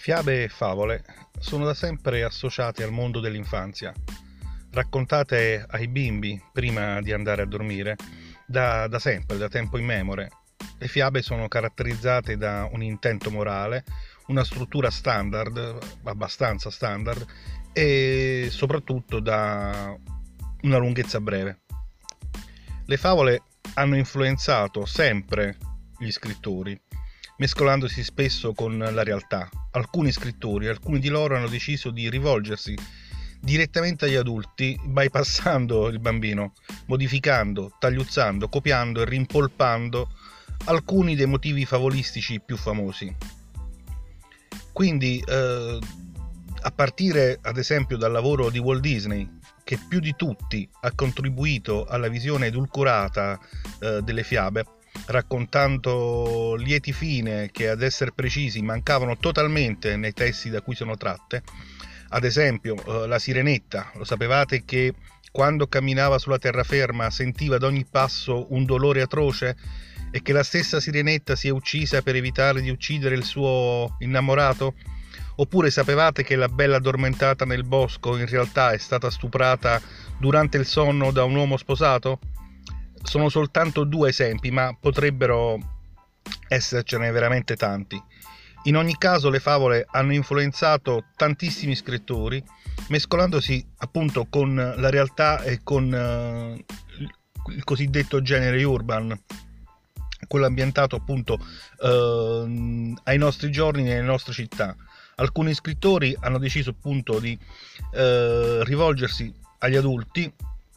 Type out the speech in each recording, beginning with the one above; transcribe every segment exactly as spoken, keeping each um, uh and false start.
Fiabe e favole sono da sempre associate al mondo dell'infanzia, raccontate ai bimbi prima di andare a dormire, da, da sempre, da tempo immemore. Le fiabe sono caratterizzate da un intento morale, una struttura standard, abbastanza standard, e soprattutto da una lunghezza breve. Le favole hanno influenzato sempre gli scrittori, mescolandosi spesso con la realtà. Alcuni scrittori, alcuni di loro hanno deciso di rivolgersi direttamente agli adulti, bypassando il bambino, modificando, tagliuzzando, copiando e rimpolpando alcuni dei motivi favolistici più famosi. Quindi, eh, a partire ad esempio dal lavoro di Walt Disney, che più di tutti ha contribuito alla visione edulcorata eh, delle fiabe, raccontando lieti fine che, ad essere precisi, mancavano totalmente nei testi da cui sono tratte. Ad esempio, eh, la Sirenetta. Lo sapevate che quando camminava sulla terraferma sentiva ad ogni passo un dolore atroce e che la stessa Sirenetta si è uccisa per evitare di uccidere il suo innamorato? Oppure sapevate che la bella addormentata nel bosco in realtà è stata stuprata durante il sonno da un uomo sposato? Sono soltanto due esempi, ma potrebbero essercene veramente tanti. In ogni caso, le favole hanno influenzato tantissimi scrittori, mescolandosi appunto con la realtà e con eh, il cosiddetto genere urban, quello ambientato appunto eh, ai nostri giorni nelle nostre città. Alcuni scrittori hanno deciso appunto di eh, rivolgersi agli adulti,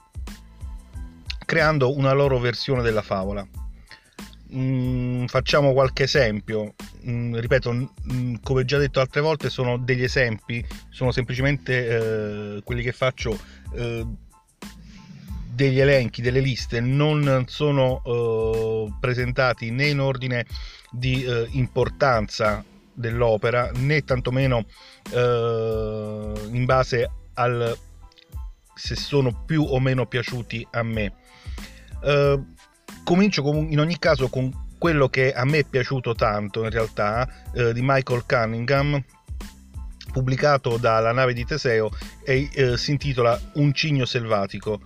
creando una loro versione della favola. Mm, facciamo qualche esempio. Mm, ripeto, mm, come già detto altre volte, sono degli esempi, sono semplicemente eh, quelli che faccio, eh, degli elenchi, delle liste, non sono eh, presentati né in ordine di eh, importanza dell'opera, né tantomeno eh, in base al se sono più o meno piaciuti a me. Uh, comincio con, in ogni caso con quello che a me è piaciuto tanto in realtà, uh, di Michael Cunningham, pubblicato dalla Nave di Teseo, e uh, si intitola Un cigno selvatico.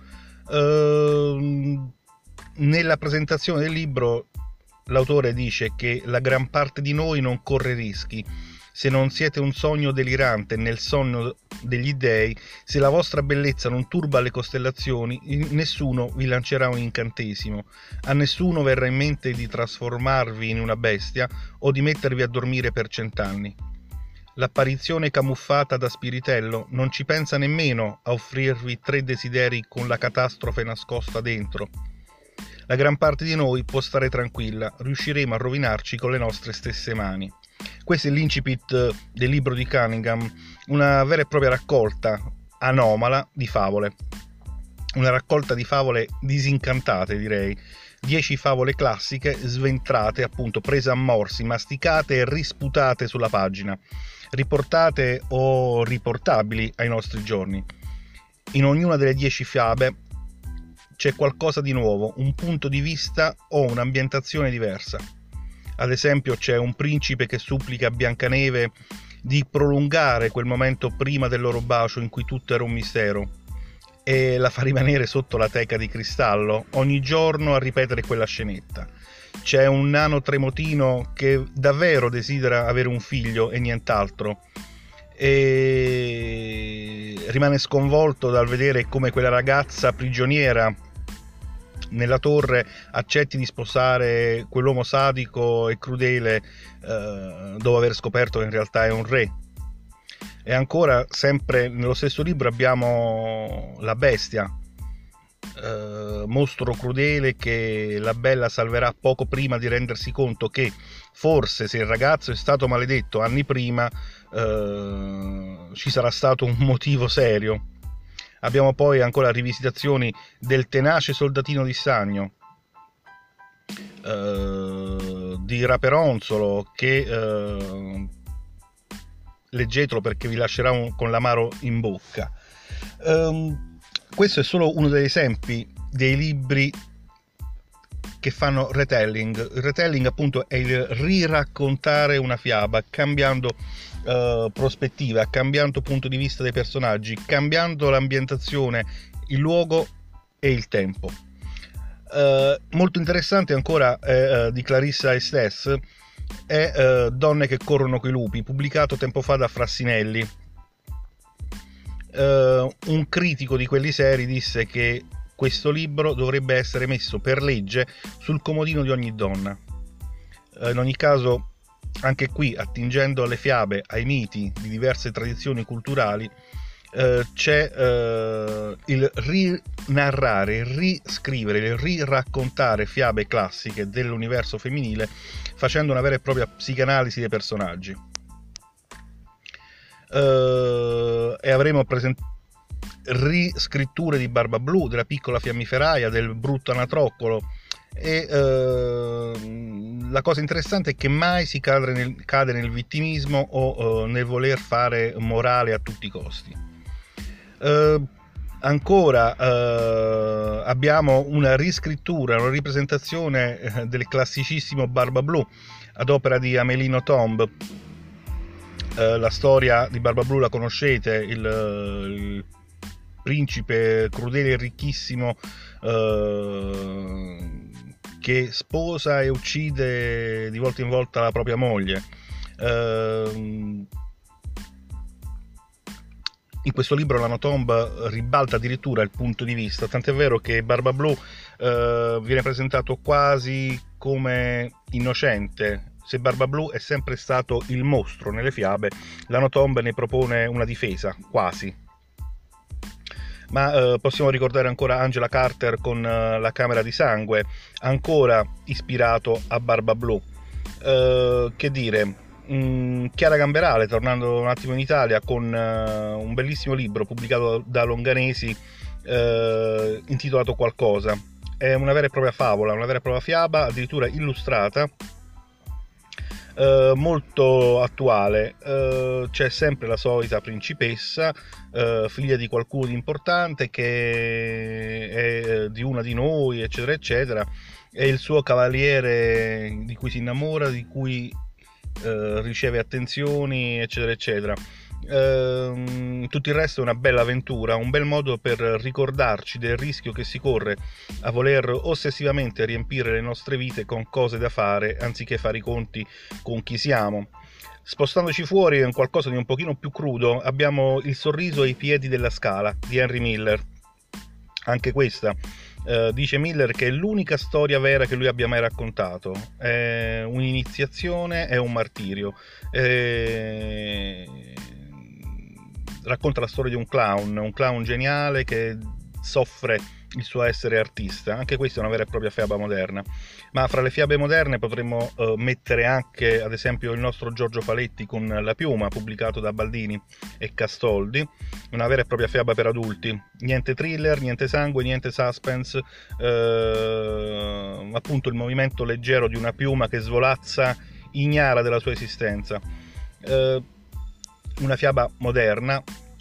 Uh, nella presentazione del libro l'autore dice che la gran parte di noi non corre rischi. Se non siete un sogno delirante nel sonno degli dei, se la vostra bellezza non turba le costellazioni, nessuno vi lancerà un incantesimo. A nessuno verrà in mente di trasformarvi in una bestia o di mettervi a dormire per cent'anni. L'apparizione camuffata da spiritello non ci pensa nemmeno a offrirvi tre desideri con la catastrofe nascosta dentro. La gran parte di noi può stare tranquilla, riusciremo a rovinarci con le nostre stesse mani. Questo è l'incipit del libro di Cunningham, una vera e propria raccolta anomala di favole, una raccolta di favole disincantate, direi, dieci favole classiche sventrate, appunto prese a morsi, masticate e risputate sulla pagina, riportate o riportabili ai nostri giorni. In ognuna delle dieci fiabe c'è qualcosa di nuovo, un punto di vista o un'ambientazione diversa. Ad esempio, c'è un principe che supplica a Biancaneve di prolungare quel momento prima del loro bacio in cui tutto era un mistero e la fa rimanere sotto la teca di cristallo ogni giorno a ripetere quella scenetta. C'è un nano tremotino che davvero desidera avere un figlio e nient'altro, e rimane sconvolto dal vedere come quella ragazza prigioniera nella torre accetti di sposare quell'uomo sadico e crudele eh, dopo aver scoperto che in realtà è un re. E ancora, sempre nello stesso libro, abbiamo la bestia, eh, mostro crudele che la bella salverà poco prima di rendersi conto che forse, se il ragazzo è stato maledetto anni prima, eh, ci sarà stato un motivo serio. Abbiamo poi ancora rivisitazioni del tenace soldatino di Sannio, eh, di Raperonzolo, che eh, leggetelo perché vi lascerà un, con l'amaro in bocca. Um, questo è solo uno degli esempi dei libri che fanno retelling. Il retelling appunto è il riraccontare una fiaba cambiando uh, prospettiva, cambiando punto di vista dei personaggi, cambiando l'ambientazione, il luogo e il tempo. Uh, molto interessante ancora uh, di Clarissa Estés è uh, Donne che corrono coi lupi, pubblicato tempo fa da Frassinelli. Uh, un critico di quelli seri disse che questo libro dovrebbe essere messo per legge sul comodino di ogni donna. Uh, in ogni caso, anche qui, attingendo alle fiabe, ai miti di diverse tradizioni culturali, uh, c'è uh, il rinarrare, il riscrivere, il riraccontare fiabe classiche dell'universo femminile, facendo una vera e propria psicanalisi dei personaggi. Uh, e avremo present- riscritture di Barbablù, della piccola fiammiferaia, del brutto anatroccolo, e uh, la cosa interessante è che mai si cade nel, cade nel vittimismo o uh, nel voler fare morale a tutti i costi. Uh, ancora uh, abbiamo una riscrittura, una ripresentazione del classicissimo Barbablù ad opera di Amélie Nothomb. Uh, la storia di Barbablù la conoscete, il, il principe crudele e ricchissimo uh, che sposa e uccide di volta in volta la propria moglie. Uh, in questo libro la Nothomb ribalta addirittura il punto di vista, tant'è vero che Barbablù uh, viene presentato quasi come innocente. Se Barbablù è sempre stato il mostro nelle fiabe, la Nothomb ne propone una difesa, quasi. Ma eh, possiamo ricordare ancora Angela Carter con eh, La Camera di Sangue, ancora ispirato a Barbablù. Eh, che dire, mh, Chiara Gamberale, tornando un attimo in Italia, con eh, un bellissimo libro pubblicato da Longanesi eh, intitolato Qualcosa. È una vera e propria favola, una vera e propria fiaba, addirittura illustrata, Uh, molto attuale. Uh, c'è sempre la solita principessa, uh, figlia di qualcuno di importante, che è di una di noi, eccetera eccetera, e il suo cavaliere di cui si innamora, di cui uh, riceve attenzioni, eccetera eccetera. Uh, tutto il resto è una bella avventura, un bel modo per ricordarci del rischio che si corre a voler ossessivamente riempire le nostre vite con cose da fare anziché fare i conti con chi siamo. Spostandoci fuori in qualcosa di un pochino più crudo, abbiamo Il sorriso ai piedi della scala di Henry Miller. Anche questa uh, dice Miller che è l'unica storia vera che lui abbia mai raccontato, è un'iniziazione, è un martirio. È... racconta la storia di un clown, un clown geniale che soffre il suo essere artista. Anche questa è una vera e propria fiaba moderna. Ma fra le fiabe moderne potremmo uh, mettere anche, ad esempio, il nostro Giorgio Faletti con La piuma, pubblicato da Baldini e Castoldi, una vera e propria fiaba per adulti. Niente thriller, niente sangue, niente suspense, uh, appunto il movimento leggero di una piuma che svolazza, ignara della sua esistenza. Uh, una fiaba moderna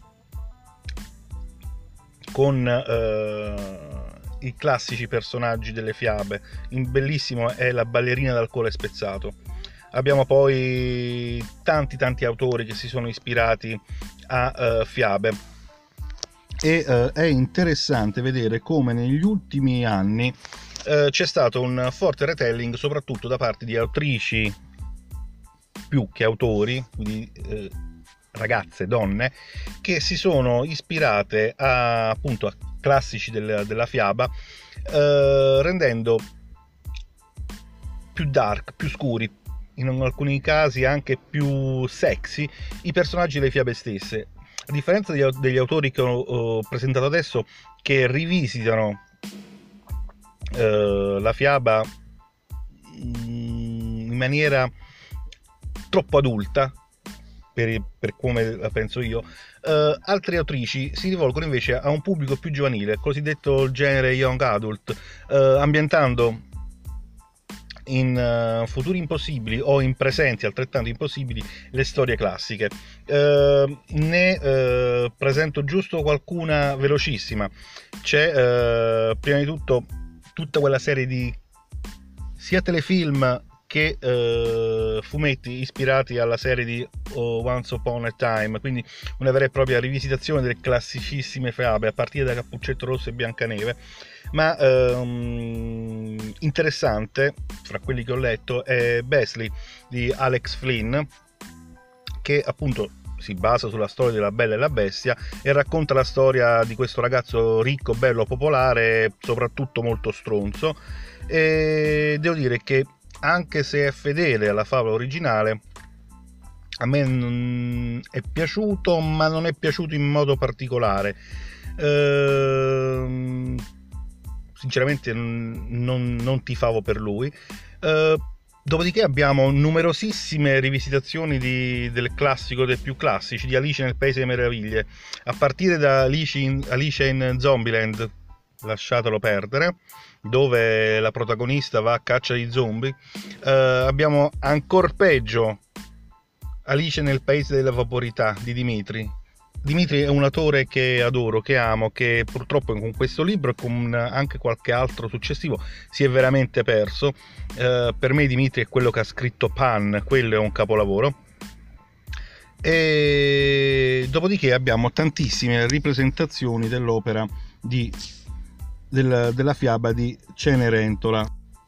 con eh, i classici personaggi delle fiabe. Il bellissimo è La ballerina dal cuore spezzato. Abbiamo poi tanti tanti autori che si sono ispirati a eh, fiabe, e eh, è interessante vedere come negli ultimi anni eh, c'è stato un forte retelling soprattutto da parte di autrici più che autori, quindi eh, ragazze, donne, che si sono ispirate a, appunto, a classici del, della fiaba, eh, rendendo più dark, più scuri, in alcuni casi anche più sexy, i personaggi delle fiabe stesse. A differenza degli, degli autori che ho, ho presentato adesso, che rivisitano eh, la fiaba in maniera troppo adulta, Per, per come la penso io, uh, altre autrici si rivolgono invece a un pubblico più giovanile, cosiddetto genere young adult, uh, ambientando in uh, futuri impossibili o in presenti altrettanto impossibili le storie classiche. Uh, ne uh, presento giusto qualcuna velocissima. C'è uh, prima di tutto tutta quella serie di sia telefilm che eh, fumetti ispirati alla serie di Once Upon a Time, quindi una vera e propria rivisitazione delle classicissime fiabe a partire da Cappuccetto Rosso e Biancaneve. Ma ehm, interessante fra quelli che ho letto è Bessie di Alex Flynn, che appunto si basa sulla storia della Bella e la Bestia e racconta la storia di questo ragazzo ricco, bello, popolare, soprattutto molto stronzo. E devo dire che, anche se è fedele alla favola originale, a me non è piaciuto, ma non è piaciuto in modo particolare. Ehm, sinceramente non, non tifavo per lui. Ehm, dopodiché abbiamo numerosissime rivisitazioni di, del classico, dei più classici, di Alice nel Paese delle Meraviglie, a partire da Alice in, Alice in Zombieland, lasciatelo perdere, dove la protagonista va a caccia di zombie. Uh, abbiamo ancor peggio Alice nel Paese della Vaporità di Dimitri. Dimitri è un autore che adoro, che amo, che purtroppo con questo libro e con anche qualche altro successivo si è veramente perso. Uh, per me Dimitri è quello che ha scritto Pan, quello è un capolavoro. E dopodiché abbiamo tantissime ripresentazioni dell'opera di Della, della fiaba di Cenerentola.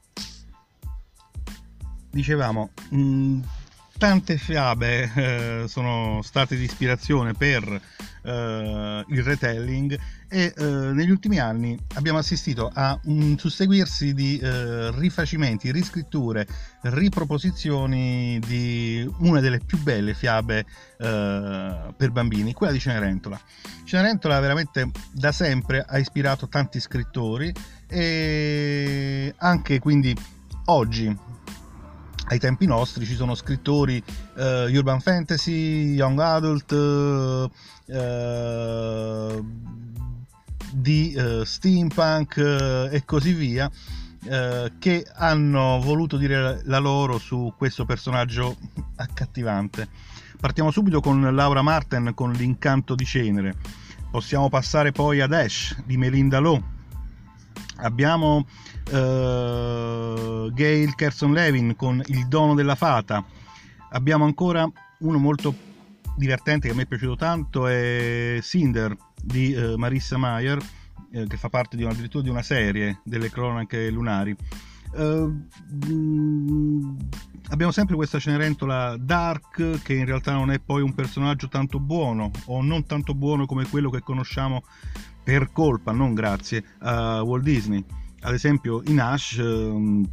Dicevamo, mh, tante fiabe eh, sono state di ispirazione per eh, il retelling e eh, negli ultimi anni abbiamo assistito a un susseguirsi di eh, rifacimenti, riscritture, riproposizioni di una delle più belle fiabe eh, per bambini, quella di Cenerentola. Cenerentola veramente da sempre ha ispirato tanti scrittori e anche quindi oggi, ai tempi nostri, ci sono scrittori uh, urban fantasy, young adult, uh, uh, di uh, steampunk uh, e così via, uh, che hanno voluto dire la loro su questo personaggio accattivante. Partiamo subito con Laura Martin con L'incanto di cenere, possiamo passare poi ad Ash di Melinda Lo, abbiamo uh, Gail Carson Levin con Il dono della fata, abbiamo ancora uno molto divertente che a me è piaciuto tanto, è Cinder di uh, Marissa Mayer, eh, che fa parte di una, addirittura di una serie delle cronache lunari. Uh, mh, abbiamo sempre questa Cenerentola dark, che in realtà non è poi un personaggio tanto buono, o non tanto buono come quello che conosciamo per colpa, non grazie a Walt Disney. Ad esempio in Ash um,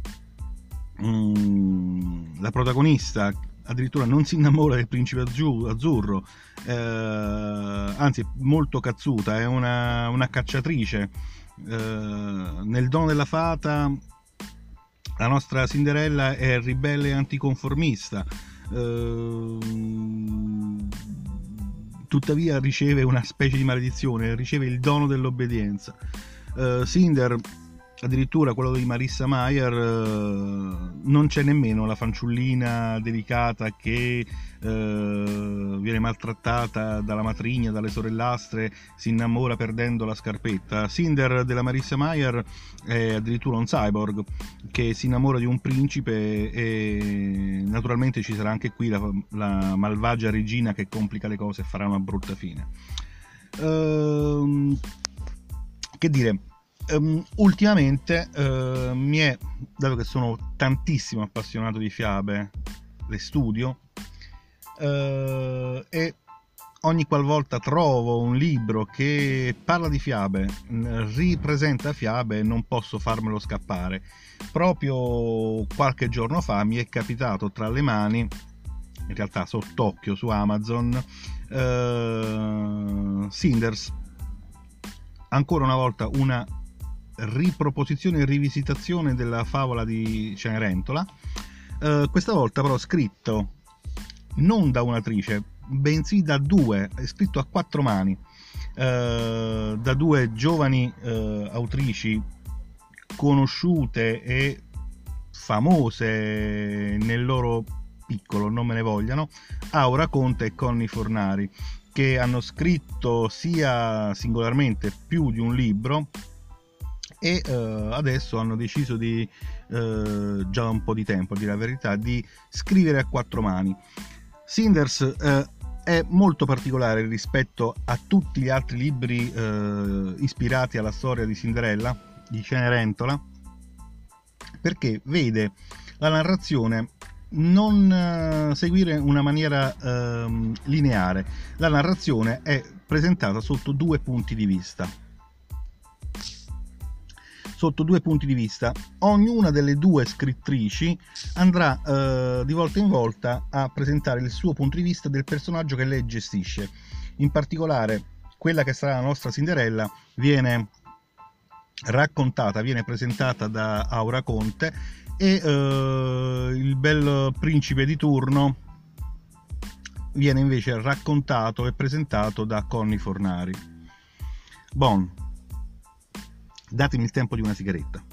um, la protagonista addirittura non si innamora del principe azzurro, eh, anzi è molto cazzuta, è una, una cacciatrice. Eh, nel dono della fata la nostra Cinderella è ribelle e anticonformista, eh, tuttavia riceve una specie di maledizione, riceve il dono dell'obbedienza. Uh, Cinder, addirittura quello di Marissa Mayer, uh, non c'è nemmeno la fanciullina delicata che uh, viene maltrattata dalla matrigna, dalle sorellastre, si innamora perdendo la scarpetta. Cinder della Marissa Mayer è addirittura un cyborg che si innamora di un principe e naturalmente ci sarà anche qui la, la malvagia regina che complica le cose e farà una brutta fine. Uh, che dire, um, ultimamente uh, mi è, dato che sono tantissimo appassionato di fiabe, le studio uh, e ogni qualvolta trovo un libro che parla di fiabe, ripresenta fiabe, non posso farmelo scappare. Proprio qualche giorno fa mi è capitato tra le mani, in realtà sott'occhio su Amazon, uh, Cinders, ancora una volta una riproposizione e rivisitazione della favola di Cenerentola, uh, questa volta però scritto non da un'attrice, bensì da due, è scritto a quattro mani, uh, da due giovani uh, autrici conosciute e famose nel loro piccolo, non me ne vogliano, Aura Conte e Conny Fornari, che hanno scritto sia singolarmente più di un libro e eh, adesso hanno deciso di, eh, già da un po' di tempo a dire la verità, di scrivere a quattro mani. Cinders eh, è molto particolare rispetto a tutti gli altri libri eh, ispirati alla storia di Cinderella, di Cenerentola, perché vede la narrazione non uh, seguire una maniera uh, lineare. La narrazione è presentata sotto due punti di vista. Sotto due punti di vista. Ognuna delle due scrittrici andrà uh, di volta in volta a presentare il suo punto di vista del personaggio che lei gestisce. In particolare, quella che sarà la nostra Cinderella viene raccontata, viene presentata da Aura Conte, e uh, il bel principe di turno viene invece raccontato e presentato da Conny Fornari. Bon, datemi il tempo di una sigaretta.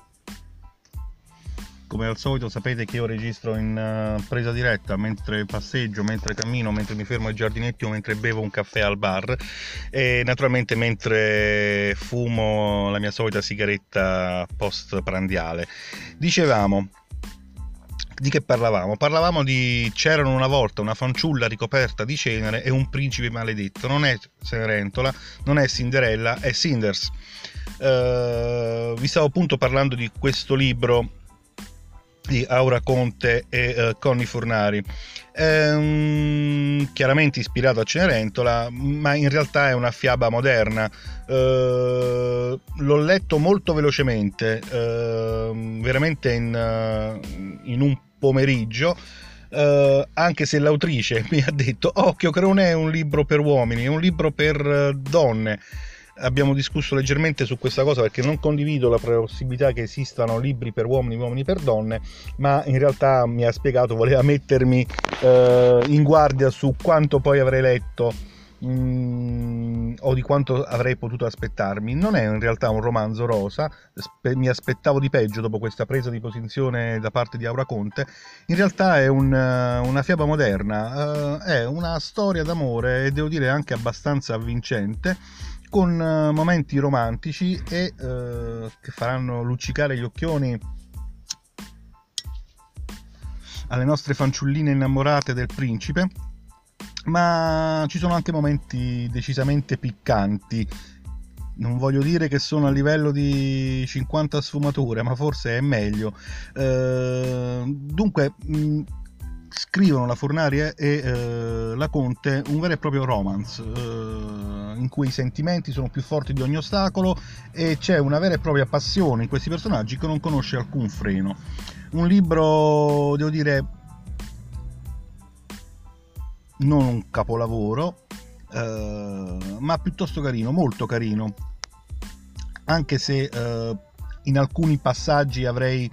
Come al solito sapete che io registro in uh, presa diretta, mentre passeggio, mentre cammino, mentre mi fermo ai giardinetti o mentre bevo un caffè al bar, e naturalmente mentre fumo la mia solita sigaretta post prandiale. Dicevamo, di che parlavamo? Parlavamo di C'erano una volta una fanciulla ricoperta di cenere e un principe maledetto. Non è Cenerentola, non è Cinderella, è Cinders. Uh, vi stavo appunto parlando di questo libro di Aura Conte e uh, Conny Fornari. È um, chiaramente ispirato a Cenerentola, ma in realtà è una fiaba moderna. Uh, l'ho letto molto velocemente, uh, veramente in, uh, in un pomeriggio, uh, anche se l'autrice mi ha detto: occhio che non è un libro per uomini, è un libro per uh, donne. Abbiamo discusso leggermente su questa cosa perché non condivido la possibilità che esistano libri per uomini, uomini per donne, ma in realtà mi ha spiegato, voleva mettermi eh, in guardia su quanto poi avrei letto mh, o di quanto avrei potuto aspettarmi. Non è in realtà un romanzo rosa, mi aspettavo di peggio dopo questa presa di posizione da parte di Aura Conte. In realtà è un, una fiaba moderna, uh, è una storia d'amore e devo dire anche abbastanza avvincente, con uh, momenti romantici e uh, che faranno luccicare gli occhioni alle nostre fanciulline innamorate del principe, ma ci sono anche momenti decisamente piccanti. Non voglio dire che sono a livello di cinquanta sfumature, ma forse è meglio. Uh, dunque mh, scrivono la Fornari e eh, la Conte un vero e proprio romance eh, in cui i sentimenti sono più forti di ogni ostacolo e c'è una vera e propria passione in questi personaggi che non conosce alcun freno. Un libro, devo dire, non un capolavoro, eh, ma piuttosto carino, molto carino, anche se eh, in alcuni passaggi avrei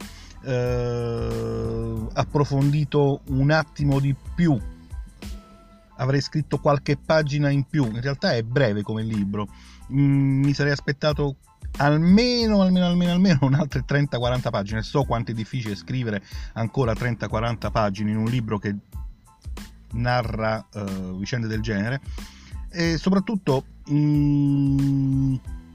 Uh, approfondito un attimo di più, avrei scritto qualche pagina in più. In realtà è breve come libro, mm, mi sarei aspettato almeno almeno almeno almeno un'altre trenta quaranta pagine. So quanto è difficile scrivere ancora trenta quaranta pagine in un libro che narra uh, vicende del genere, e soprattutto mm,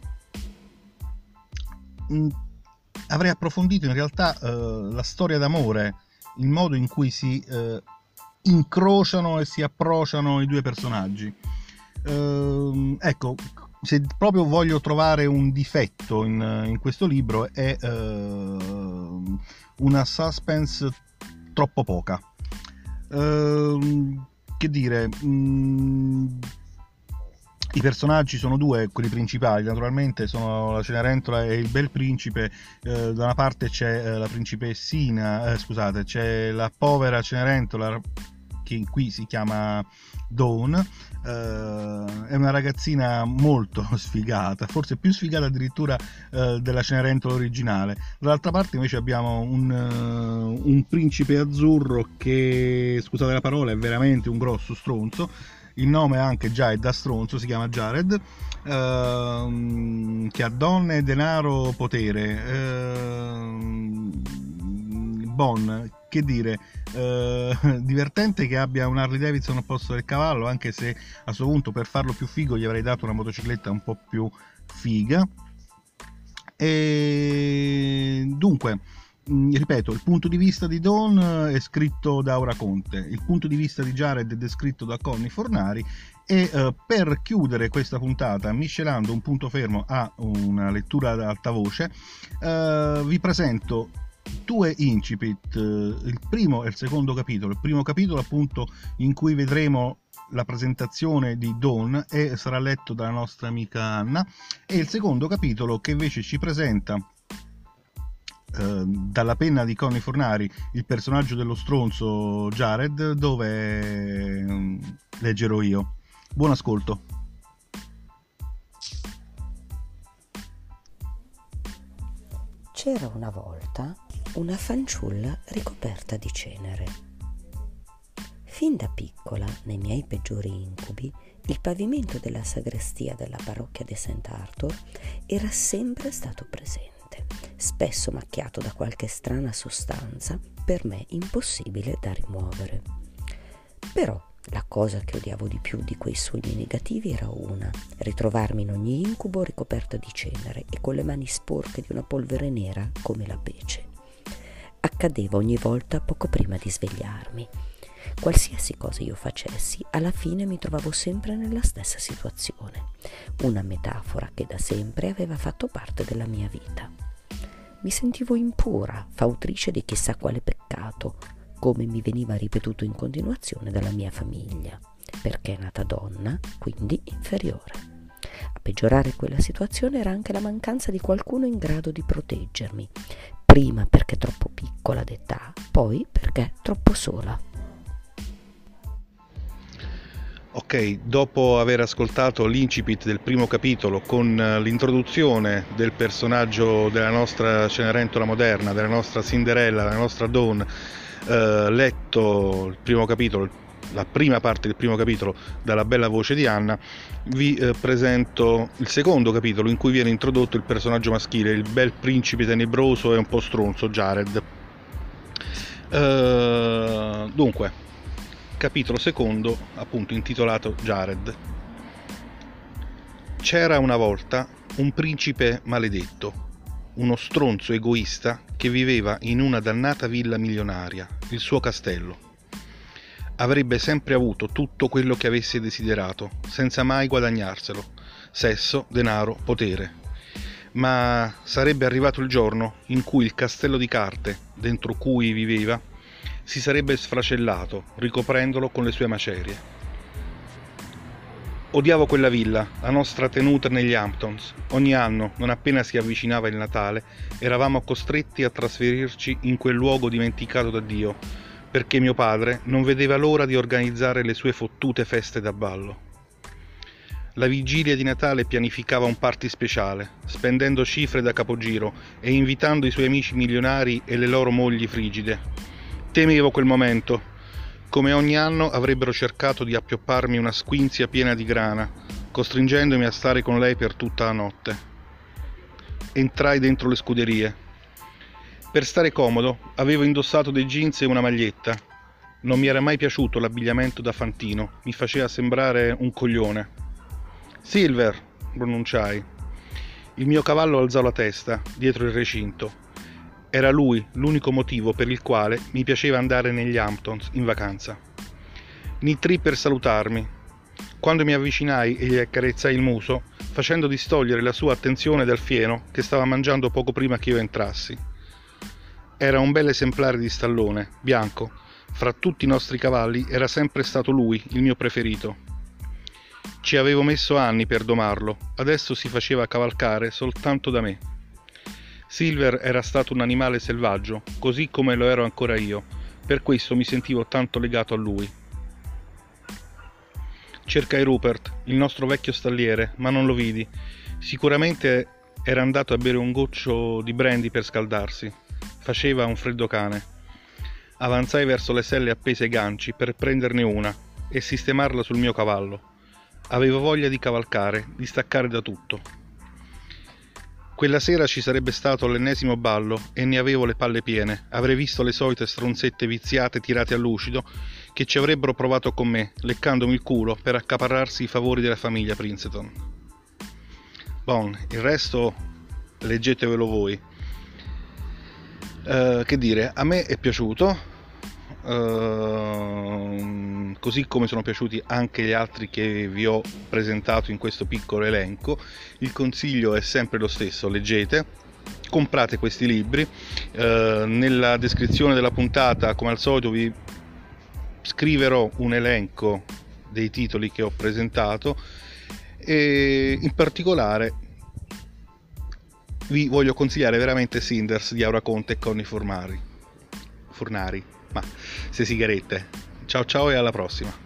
mm, avrei approfondito in realtà uh, la storia d'amore, il modo in cui si uh, incrociano e si approcciano i due personaggi. Uh, ecco, se proprio voglio trovare un difetto in, in questo libro è uh, una suspense troppo poca. Uh, che dire... Mh, I personaggi sono due, quelli principali, naturalmente sono la Cenerentola e il bel principe. Eh, da una parte c'è eh, la principessina, eh, scusate, c'è la povera Cenerentola che qui si chiama Dawn, eh, è una ragazzina molto sfigata, forse più sfigata addirittura eh, della Cenerentola originale. Dall'altra parte invece abbiamo un, uh, un principe azzurro che, scusate la parola, è veramente un grosso stronzo. Il nome anche già è da stronzo, si chiama Jared, ehm, che ha donne, denaro, potere. Ehm, bon, che dire, eh, divertente che abbia un Harley Davidson al posto del cavallo, anche se a questo punto per farlo più figo gli avrei dato una motocicletta un po' più figa. E dunque, ripeto, il punto di vista di Dawn è scritto da Aura Conte, il punto di vista di Jared è descritto da Conny Fornari. E uh, per chiudere questa puntata, miscelando un punto fermo a una lettura ad alta voce, uh, vi presento due incipit, il primo e il secondo capitolo. Il primo capitolo appunto in cui vedremo la presentazione di Dawn e sarà letto dalla nostra amica Anna, e il secondo capitolo che invece ci presenta eh, dalla penna di Conny Fornari il personaggio dello stronzo Jared, dove eh, leggerò io. Buon ascolto. C'era una volta una fanciulla ricoperta di cenere. Fin da piccola, nei miei peggiori incubi, il pavimento della sagrestia della parrocchia di Sant'Arthur era sempre stato presente, spesso macchiato da qualche strana sostanza per me impossibile da rimuovere. Però la cosa che odiavo di più di quei sogni negativi era una: ritrovarmi in ogni incubo ricoperta di cenere e con le mani sporche di una polvere nera come la pece. Accadeva ogni volta poco prima di svegliarmi. Qualsiasi cosa io facessi, alla fine mi trovavo sempre nella stessa situazione. Una metafora che da sempre aveva fatto parte della mia vita. Mi sentivo impura, fautrice di chissà quale peccato, come mi veniva ripetuto in continuazione dalla mia famiglia, perché è nata donna, quindi inferiore. A peggiorare quella situazione era anche la mancanza di qualcuno in grado di proteggermi, prima perché troppo piccola d'età, poi perché troppo sola. Ok, dopo aver ascoltato l'incipit del primo capitolo con l'introduzione del personaggio della nostra Cenerentola moderna, della nostra Cinderella, della nostra Dawn, eh, letto il primo capitolo, la prima parte del primo capitolo dalla bella voce di Anna, vi eh, presento il secondo capitolo in cui viene introdotto il personaggio maschile, il bel principe tenebroso e un po' stronzo Jared. Eh, dunque, capitolo secondo, appunto intitolato Jared. C'era una volta un principe maledetto, uno stronzo egoista che viveva in una dannata villa milionaria, il suo castello. Avrebbe sempre avuto tutto quello che avesse desiderato, senza mai guadagnarselo: sesso, denaro, potere. Ma sarebbe arrivato il giorno in cui il castello di carte, dentro cui viveva, si sarebbe sfracellato, ricoprendolo con le sue macerie. Odiavo quella villa, la nostra tenuta negli Hamptons. Ogni anno, non appena si avvicinava il Natale, eravamo costretti a trasferirci in quel luogo dimenticato da Dio, perché mio padre non vedeva l'ora di organizzare le sue fottute feste da ballo. La vigilia di Natale pianificava un party speciale, spendendo cifre da capogiro e invitando i suoi amici milionari e le loro mogli frigide. Temevo quel momento. Come ogni anno avrebbero cercato di appiopparmi una squinzia piena di grana, costringendomi a stare con lei per tutta la notte. Entrai dentro le scuderie. Per stare comodo avevo indossato dei jeans e una maglietta. Non mi era mai piaciuto l'abbigliamento da fantino, mi faceva sembrare un coglione. Silver, pronunciai. Il mio cavallo alzò la testa, dietro il recinto. Era lui l'unico motivo per il quale mi piaceva andare negli Hamptons in vacanza. Nitrì per salutarmi. Quando mi avvicinai e gli accarezzai il muso, facendo distogliere la sua attenzione dal fieno che stava mangiando poco prima che io entrassi. Era un bel esemplare di stallone, bianco. Fra tutti i nostri cavalli era sempre stato lui il mio preferito. Ci avevo messo anni per domarlo, adesso si faceva cavalcare soltanto da me. Silver era stato un animale selvaggio, così come lo ero ancora io, per questo mi sentivo tanto legato a lui. Cercai Rupert, il nostro vecchio stalliere, ma non lo vidi. Sicuramente era andato a bere un goccio di brandy per scaldarsi. Faceva un freddo cane. Avanzai verso le selle appese ai ganci per prenderne una e sistemarla sul mio cavallo. Avevo voglia di cavalcare, di staccare da tutto. Quella sera ci sarebbe stato l'ennesimo ballo e ne avevo le palle piene. Avrei visto le solite stronzette viziate tirate a lucido che ci avrebbero provato con me, leccandomi il culo per accaparrarsi i favori della famiglia Princeton. Bon, il resto leggetevelo voi. Uh, che dire, a me è piaciuto, uh, così come sono piaciuti anche gli altri che vi ho presentato in questo piccolo elenco. Il consiglio è sempre lo stesso: leggete, comprate questi libri. Uh, nella descrizione della puntata, come al solito, vi scriverò un elenco dei titoli che ho presentato, e in particolare vi voglio consigliare veramente Cinders di Aura Conte e Conny Fornari, Fornari, ma se sigarette. Ciao ciao e alla prossima.